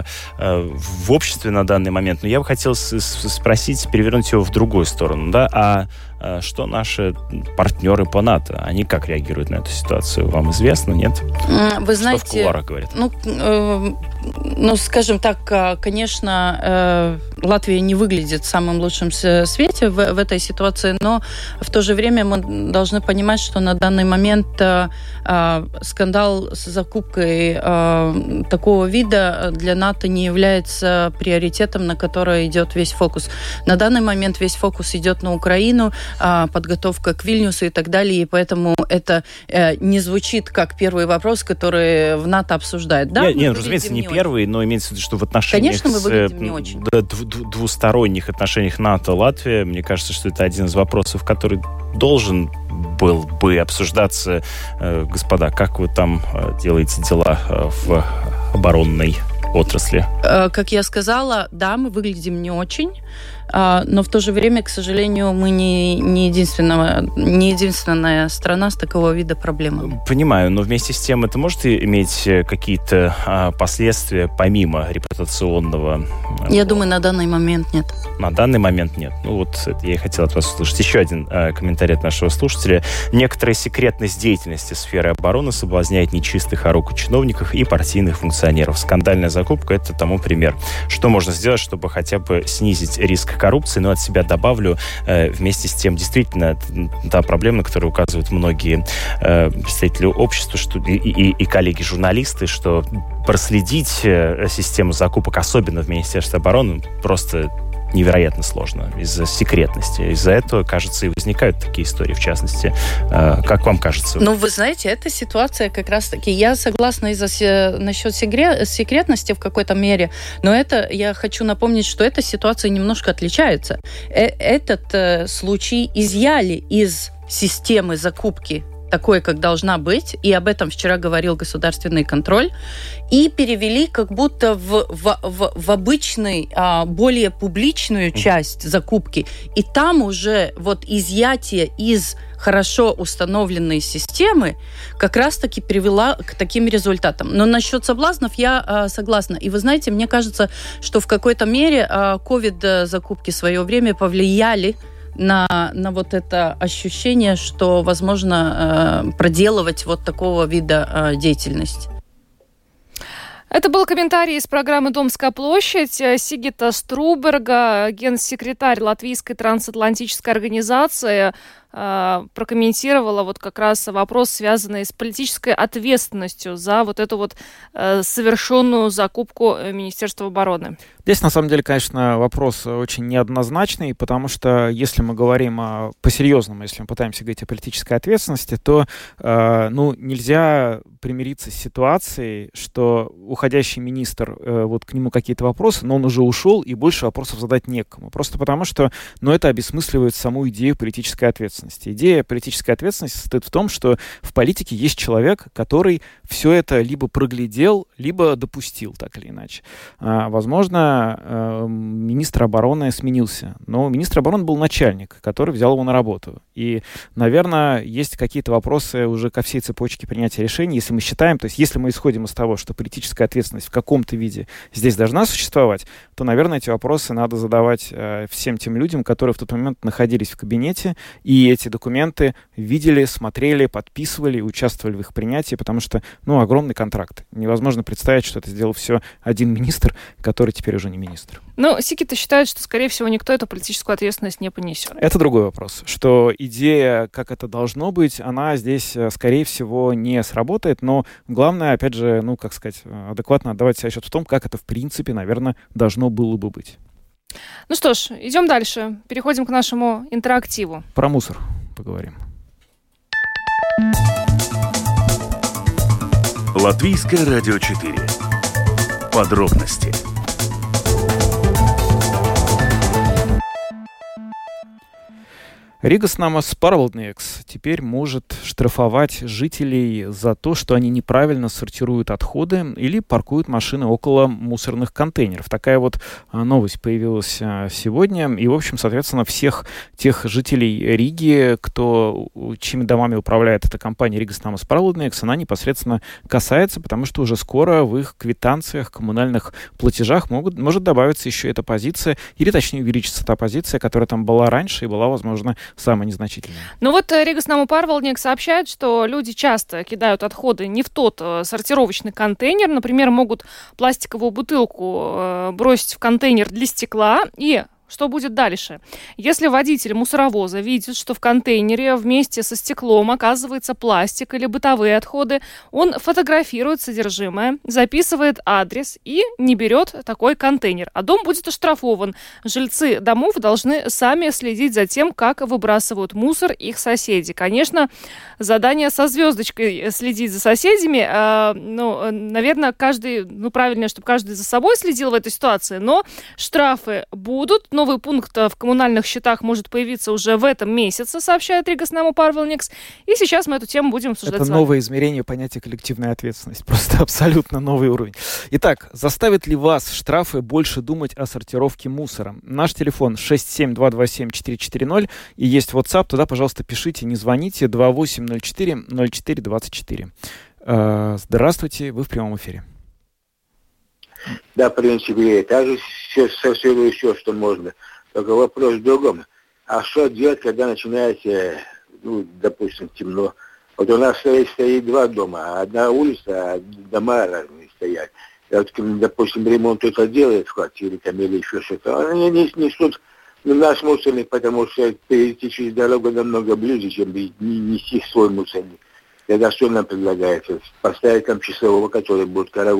в обществе на данный момент. Но я бы хотел спросить, перевернуть его в другую сторону, да? А что наши партнеры по НАТО, они как реагируют на эту ситуацию? Вам известно, нет? Вы знаете... Что в кулуарах говорят? Ну, э, ну, скажем так, конечно, э, Латвия не выглядит в самом лучшем свете в, в этой ситуации, но в то же время мы должны понимать, что на данный момент э, э, скандал с закупкой э, такого вида для НАТО не является приоритетом, на который идет весь фокус. На данный момент весь фокус идет на Украину, подготовка к Вильнюсу и так далее, и поэтому это э, не звучит как первый вопрос, который в НАТО обсуждают. Да, нет, нет разумеется, не, не первый, очень. Но имеется в виду, что в отношениях Конечно, мы выглядим с, не очень. Да, двусторонних отношениях НАТО-Латвия, мне кажется, что это один из вопросов, который должен был бы обсуждаться. Э, господа, как вы там э, делаете дела э, в оборонной отрасли? Э, как я сказала, да, мы выглядим не очень. Но в то же время, к сожалению, мы не, не, единственная, не единственная страна с такого вида проблемами. Понимаю, но вместе с тем это может иметь какие-то а, последствия помимо репутационного? Я а, думаю, на данный момент нет. На данный момент нет. Ну вот это я и хотел от вас услышать. Еще один а, комментарий от нашего слушателя. Некоторая секретность деятельности сферы обороны соблазняет нечистых рук у чиновников и партийных функционеров. Скандальная закупка – это тому пример. Что можно сделать, чтобы хотя бы снизить риск коррупции, но от себя добавлю э, вместе с тем, действительно, та проблема, на которую указывают многие э, представители общества что, и, и, и коллеги-журналисты, что проследить э, систему закупок, особенно в Министерстве обороны, просто невероятно сложно из-за секретности. Из-за этого, кажется, и возникают такие истории, в частности. Как вам кажется? Ну, вы знаете, эта ситуация как раз-таки... Я согласна из-за, насчет секретности в какой-то мере, но это, я хочу напомнить, что эта ситуация немножко отличается. Этот случай изъяли из системы закупки такой, как должна быть, и об этом вчера говорил государственный контроль, и перевели как будто в, в, в, в обычную, более публичную часть закупки. И там уже вот изъятие из хорошо установленной системы как раз-таки привела к таким результатам. Но насчет соблазнов я а, согласна. И вы знаете, мне кажется, что в какой-то мере ковид-закупки в свое время повлияли на, на вот это ощущение, что возможно э, проделывать вот такого вида э, деятельности. Это был комментарий из программы «Домская площадь» Сигита Струберга, генсекретарь Латвийской трансатлантической организации, прокомментировала вот как раз вопрос, связанный с политической ответственностью за вот эту вот совершенную закупку Министерства обороны. Здесь, на самом деле, конечно, вопрос очень неоднозначный, потому что если мы говорим о, по-серьезному, если мы пытаемся говорить о политической ответственности, то э, ну, нельзя примириться с ситуацией, что уходящий министр, э, вот к нему какие-то вопросы, но он уже ушел, и больше вопросов задать некому. Просто потому что ну, это обесмысливает саму идею политической ответственности. Идея политической ответственности состоит в том, что в политике есть человек, который все это либо проглядел, либо допустил, так или иначе. А, возможно, э, министр обороны сменился, но министр обороны был начальник, который взял его на работу. И, наверное, есть какие-то вопросы уже ко всей цепочке принятия решений. Если мы считаем, то есть если мы исходим из того, что политическая ответственность в каком-то виде здесь должна существовать, то, наверное, эти вопросы надо задавать э, всем тем людям, которые в тот момент находились в кабинете и эти документы видели, смотрели, подписывали, участвовали в их принятии, потому что, ну, огромный контракт. Невозможно представить, что это сделал все один министр, который теперь уже не министр. Ну, Сигита считает, что, скорее всего, никто эту политическую ответственность не понесет. Это другой вопрос, что идея, как это должно быть, она здесь, скорее всего, не сработает, но главное, опять же, ну, как сказать, адекватно отдавать себе отчет в том, как это, в принципе, наверное, должно было бы быть. Ну что ж, идем дальше. Переходим к нашему интерактиву. Про мусор поговорим. Латвийское радио четыре. Подробности. Рīgas namas pārvaldnieks теперь может штрафовать жителей за то, что они неправильно сортируют отходы или паркуют машины около мусорных контейнеров. Такая вот новость появилась сегодня. И, в общем, соответственно, всех тех жителей Риги, кто, чьими домами управляет эта компания Rīgas namas pārvaldnieks, она непосредственно касается, потому что уже скоро в их квитанциях, коммунальных платежах могут, может добавиться еще эта позиция, или точнее увеличиться та позиция, которая там была раньше и была, возможно, самое незначительное. Ну вот Rīgas namu pārvaldnieks сообщает, что люди часто кидают отходы не в тот э, сортировочный контейнер. Например, могут пластиковую бутылку э, бросить в контейнер для стекла и... Что будет дальше? Если водитель мусоровоза видит, что в контейнере вместе со стеклом оказывается пластик или бытовые отходы, он фотографирует содержимое, записывает адрес и не берет такой контейнер. А дом будет оштрафован. Жильцы домов должны сами следить за тем, как выбрасывают мусор их соседи. Конечно, задание со звездочкой следить за соседями, э, ну, наверное, каждый, ну, правильно, чтобы каждый за собой следил в этой ситуации, но штрафы будут. Новый пункт в коммунальных счетах может появиться уже в этом месяце, сообщает Rīgas namu pārvaldnieks. И сейчас мы эту тему будем обсуждать Это с вами. Новое измерение понятия коллективная ответственность. Просто абсолютно новый уровень. Итак, заставят ли вас штрафы больше думать о сортировке мусора? Наш телефон шесть семь два два семь четыре четыре ноль. И есть WhatsApp. Туда, пожалуйста, пишите, не звоните. два восемь ноль четыре ноль четыре двадцать четыре. Здравствуйте, вы в прямом эфире. Да, в принципе, также все, совсем все, что можно. Только вопрос в другом. А что делать, когда начинается, ну, допустим, темно? Вот у нас стоит, стоит два дома. Одна улица, а дома разные стоят. И вот, допустим, ремонт кто-то делает в квартире там, или еще что-то. Они не несут наш мусорник, потому что перейти через дорогу намного ближе, чем нести свой мусорник. Тогда что нам предлагается? Поставить там часового, который будет караулить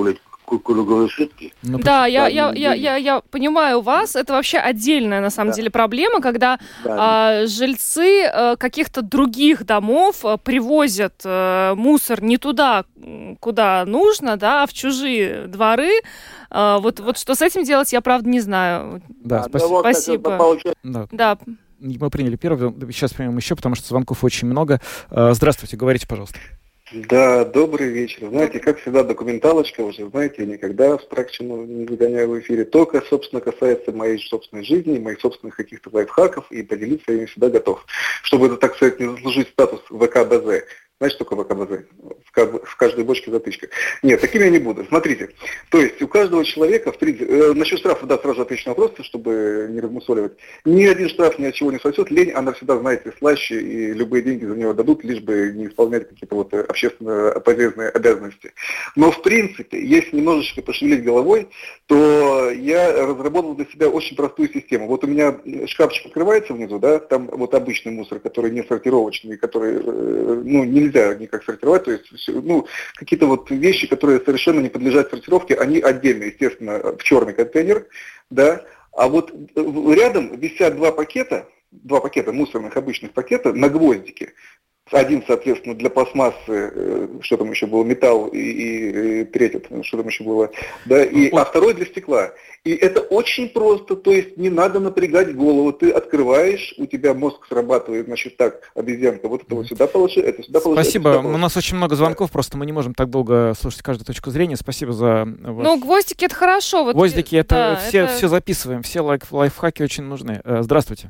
круговые сутки. Ну, да, я, я, я, я, я понимаю вас. Это вообще отдельная, на самом да. деле, проблема, когда да. а, жильцы а, каких-то других домов а, привозят а, мусор не туда, куда нужно, да, а в чужие дворы. А, вот, вот что с этим делать, я, правда, не знаю. Да, спасибо. Вот спасибо. Да. да. Мы приняли первый, сейчас примем еще, потому что звонков очень много. Здравствуйте, говорите, пожалуйста. Да, добрый вечер. Знаете, как всегда, документалочка, вы же знаете, я никогда абстракцию не загоняю в эфире. Только, собственно, касается моей собственной жизни, моих собственных каких-то лайфхаков, и поделиться я ими всегда готов. Чтобы это, так сказать, не заслужить статус ВК-БЗ. Знаете, что такое ВК-БЗ? В каждой бочке затычка. Нет, таким я не буду. Смотрите, то есть у каждого человека, в принципе, э, насчет штрафа, да, сразу отвечу на вопрос, чтобы не размусоливать. Ни один штраф ни от чего не спасет. Лень, она всегда, знаете, слаще, и любые деньги за него дадут, лишь бы не исполнять какие-то вот общественно полезные обязанности. Но, в принципе, если немножечко пошевелить головой, то я разработал для себя очень простую систему. Вот у меня шкафчик открывается внизу, да, там вот обычный мусор, который не сортировочный, который, э, ну, не нельзя никак сортировать, то есть ну, какие-то вот вещи, которые совершенно не подлежат сортировке, они отдельно, естественно, в черный контейнер, да, а вот рядом висят два пакета, два пакета мусорных обычных пакета на гвоздике. Один, соответственно, для пластмассы, что там еще было, металл, и, и, и третий, что там еще было, да, и, а второй для стекла. И это очень просто, то есть не надо напрягать голову, ты открываешь, у тебя мозг срабатывает, значит, так, обезьянка, вот это вот сюда положи, это сюда положи. Спасибо, это сюда положи. У нас очень много звонков, да. Просто мы не можем так долго слушать каждую точку зрения. Спасибо за... Вас. Ну, гвоздики это хорошо. Вот, гвоздики, это, да, все, это все записываем, все лайф, лайфхаки очень нужны. Здравствуйте.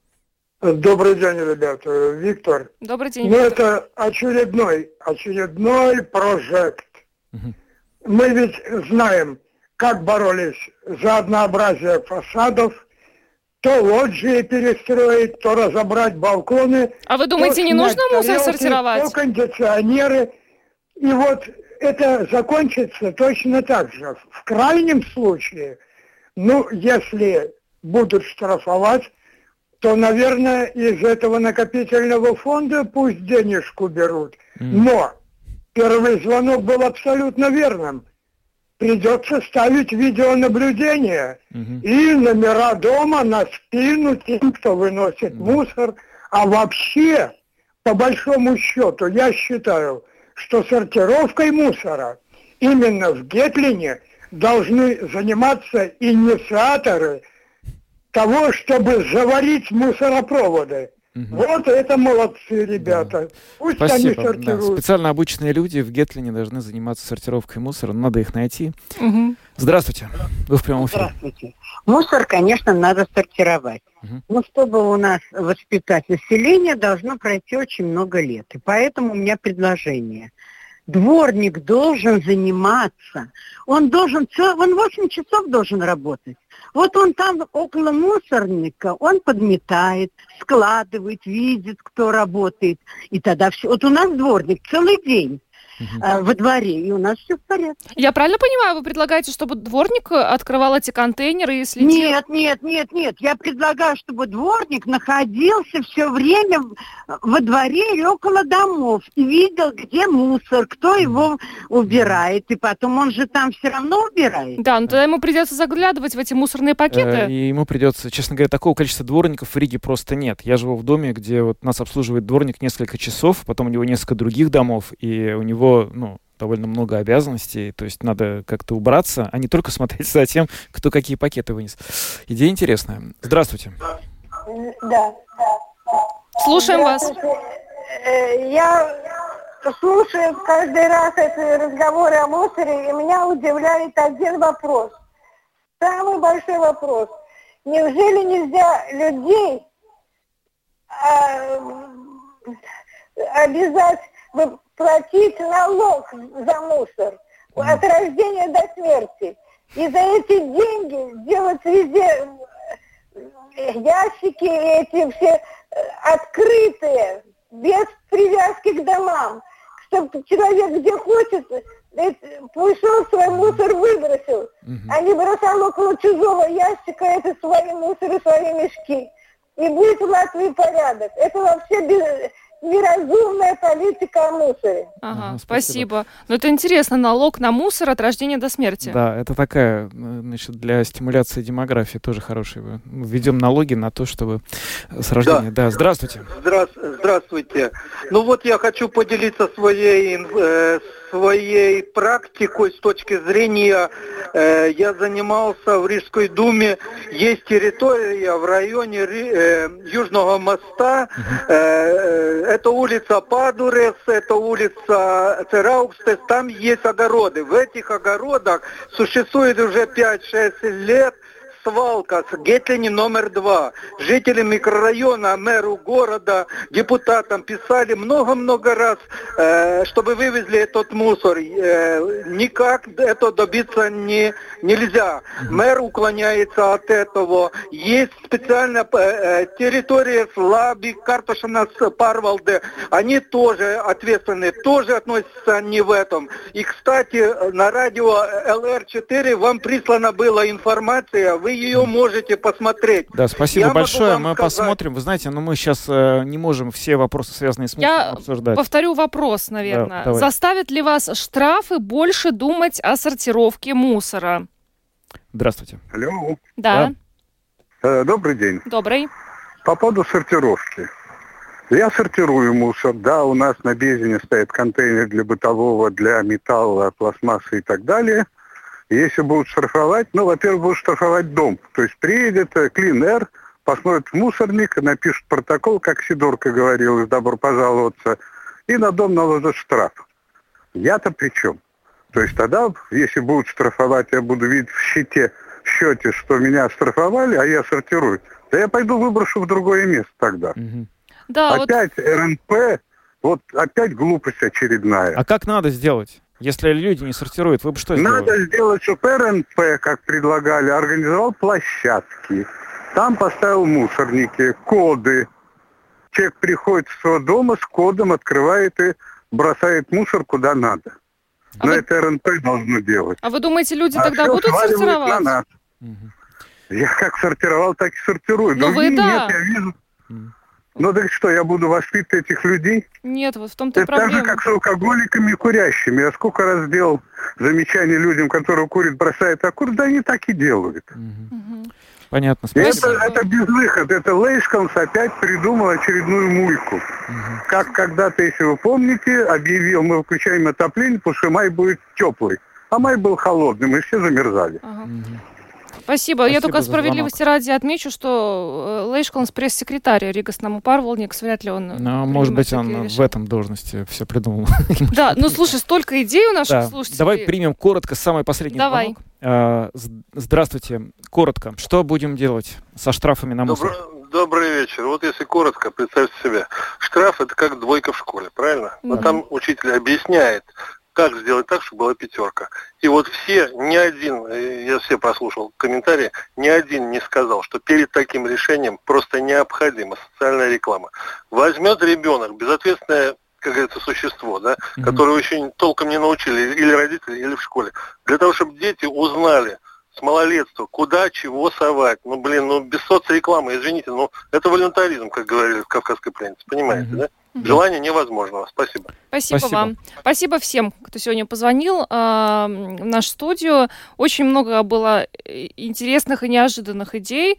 Добрый день, ребята. Виктор. Добрый день, Ну, Виктор. это очередной, очередной прожект. Угу. Мы ведь знаем, как боролись за однообразие фасадов, то лоджии перестроить, то разобрать балконы. А вы думаете, не нужно мусор тарелки, сортировать? То кондиционеры. И вот это закончится точно так же. В крайнем случае, ну, если будут штрафовать, то, наверное, из этого накопительного фонда пусть денежку берут. Mm. Но первый звонок был абсолютно верным. Придется ставить видеонаблюдение mm-hmm. и номера дома на спину тем, кто выносит mm. мусор. А вообще, по большому счету, я считаю, что сортировкой мусора именно в Гетлине должны заниматься инициаторы того, чтобы заварить мусоропроводы. Угу. Вот это молодцы, ребята. Да. Пусть Спасибо. они сортируют. Да. Специально обученные люди в Гетлине должны заниматься сортировкой мусора. Надо их найти. Угу. Здравствуйте. Вы в прямом эфире. Здравствуйте. Мусор, конечно, надо сортировать. Угу. Но чтобы у нас воспитать население, должно пройти очень много лет. И поэтому у меня предложение. Дворник должен заниматься. Он должен, он восемь часов должен работать. Вот он там около мусорника, он подметает, складывает, видит, кто работает. И тогда все. Вот у нас дворник целый день uh-huh. во дворе, и у нас все в порядке. Я правильно понимаю, вы предлагаете, чтобы дворник открывал эти контейнеры и следил? Нет, нет, нет, нет. Я предлагаю, чтобы дворник находился все время во дворе или около домов и видел, где мусор, кто его убирает. И потом он же там все равно убирает. Да, но тогда ему придется заглядывать в эти мусорные пакеты. И ему придется, честно говоря, такого количества дворников в Риге просто нет. Я живу в доме, где вот нас обслуживает дворник несколько часов, потом у него несколько других домов, и у него, ну, довольно много обязанностей, то есть надо как-то убраться, а не только смотреть за тем, кто какие пакеты вынес. Идея интересная. Здравствуйте. Да. Слушаем вас. Я слушаю каждый раз эти разговоры о мусоре, и меня удивляет один вопрос. Самый большой вопрос. Неужели нельзя людей обязать платить налог за мусор от рождения до смерти? И за эти деньги делать везде ящики эти все открытые, без привязки к домам, чтобы человек где хочет пришел, свой мусор выбросил, uh-huh. а не бросал около чужого ящика это свои мусоры, свои мешки. И будет в Латвии порядок. Это вообще без... неразумная политика о мусоре. Ага, Ага, спасибо. Но это интересно, налог на мусор от рождения до смерти. Да, это такая, значит, для стимуляции демографии тоже хорошая. Введем налоги на то, чтобы с рождения... Да, да здравствуйте. Здравствуйте. Ну вот я хочу поделиться своей, э, своей практикой с точки зрения... Э, я занимался в Рижской думе. Есть территория в районе э, Южного моста. Э, э, это улица Падурес, это улица Цераукстес. Там есть огороды. В этих огородах существует уже пять-шесть лет свалка с Гетлини номер два. Жители микрорайона, мэру города, депутатам писали много-много раз, э, чтобы вывезли этот мусор. Э, никак это добиться не, нельзя. Мэр уклоняется от этого. Есть специальная э, территория Слаби, Карташина, Парвалде. Они тоже ответственны, тоже относятся не в этом. И, кстати, на радио эл эр четыре вам прислана была информация, вы ее можете посмотреть. Да, спасибо Я большое, мы сказать... посмотрим. Вы знаете, но мы сейчас э, не можем все вопросы, связанные с мусором, Я обсуждать. повторю вопрос, наверное. Да, заставят ли вас штрафы больше думать о сортировке мусора? Здравствуйте. Алло. Да. да. Э, добрый день. Добрый. По поводу сортировки. Я сортирую мусор. Да, у нас на Безине стоит контейнер для бытового, для металла, пластмассы и так далее. Если будут штрафовать, ну, во-первых, будут штрафовать дом. То есть приедет Клин-Эр, посмотрит в мусорник, напишет протокол, как Сидорка говорил, добро пожаловаться, и на дом наложат штраф. Я-то при чем? То есть тогда, если будут штрафовать, я буду видеть в счете, в счете, что меня штрафовали, а я сортирую, да я пойду выброшу в другое место тогда. Угу. Да, опять вот... эр эн пэ, вот опять глупость очередная. А как надо сделать? Если люди не сортируют, вы бы что сделали? Надо сделать, чтобы эр эн пэ, как предлагали, организовал площадки. Там поставил мусорники, коды. Человек приходит с своего дома с кодом, открывает и бросает мусор куда надо. А Но вы... это эр эн пэ должно делать. А вы думаете, люди а тогда будут сортировать? На угу. Я как сортировал, так и сортирую. Ну Другие вы да. нет, я вижу. Ну так что, я буду воспитывать этих людей? Нет, вот в том-то и это проблема. Так же, как с алкоголиками и курящими. Я сколько раз делал замечания людям, которые курят, бросают окурок, да они так и делают. Угу. Понятно, спасибо. Это, это безвыход. Это Лейшканс опять придумал очередную мульку. Угу. Как когда-то, если вы помните, объявил, мы выключаем отопление, потому что май будет теплый. А май был холодный, мы все замерзали. Ага. Угу. Спасибо. Я только справедливости ради отмечу, что Лейшкалнс пресс-секретарь Ригас Намупарвалникс, вряд ли он... Ну, может быть, он решения. В этом должности все придумал. Да, ну слушай, столько идей у наших да. слушателей. Давай примем коротко самый последний Давай. звонок. Здравствуйте. Коротко. Что будем делать со штрафами на мусор? Добрый, добрый вечер. Вот если коротко, представьте себе. Штраф — это как двойка в школе, правильно? Но mm-hmm. там учитель объясняет, как сделать так, чтобы была пятерка. И вот все, ни один, я все прослушал комментарии, ни один не сказал, что перед таким решением просто необходима социальная реклама. Возьмет ребенок безответственное, как говорится, существо, да, mm-hmm. которое еще толком не научили, или родители, или в школе, для того, чтобы дети узнали с малолетства, куда чего совать. Ну, блин, ну без соцрекламы, извините, ну это волюнтаризм, как говорили в «Кавказской пленнице», понимаете, mm-hmm. да? Желание невозможного. Спасибо. Спасибо. Спасибо вам. Спасибо всем, кто сегодня позвонил э, в нашу студию. Очень много было интересных и неожиданных идей,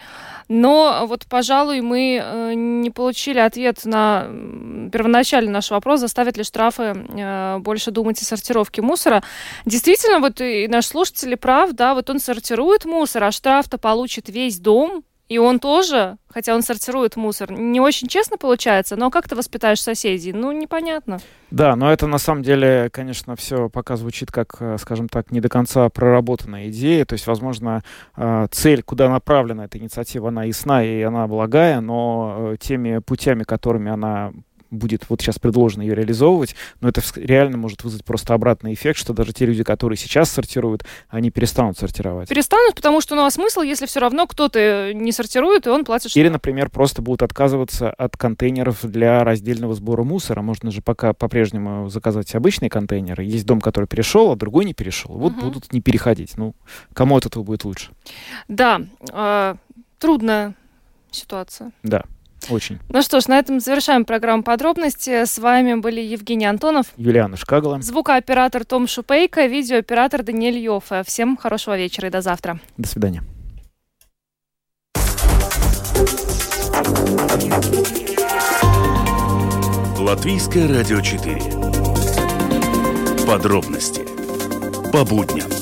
но вот, пожалуй, мы э, не получили ответ на первоначальный наш вопрос, заставят ли штрафы э, больше думать о сортировке мусора. Действительно, вот и наш слушатель прав, да, вот он сортирует мусор, а штраф-то получит весь дом. И он тоже, хотя он сортирует мусор, не очень честно получается, но как ты воспитаешь соседей? Ну, непонятно. Да, но это на самом деле, конечно, все пока звучит как, скажем так, не до конца проработанная идея. То есть, возможно, цель, куда направлена эта инициатива, она ясна и она благая, но теми путями, которыми она будет вот сейчас предложено ее реализовывать, но это реально может вызвать просто обратный эффект, что даже те люди, которые сейчас сортируют, они перестанут сортировать. Перестанут, потому что, ну, а смысл, если все равно кто-то не сортирует, и он платит штраф. Или, например, просто будут отказываться от контейнеров для раздельного сбора мусора. Можно же пока по-прежнему заказать обычные контейнеры. Есть дом, который перешел, а другой не перешел. Вот угу. будут не переходить. Ну, кому от этого будет лучше? Да, э, трудная ситуация. Да. Очень. Ну что ж, на этом завершаем программу «Подробности». С вами были Евгений Антонов, Юлиана Шкагала, звукооператор Том Шупейко, видеооператор Даниэль Йоффе. Всем хорошего вечера и до завтра. До свидания. Латвийское радио четыре. Подробности по будням.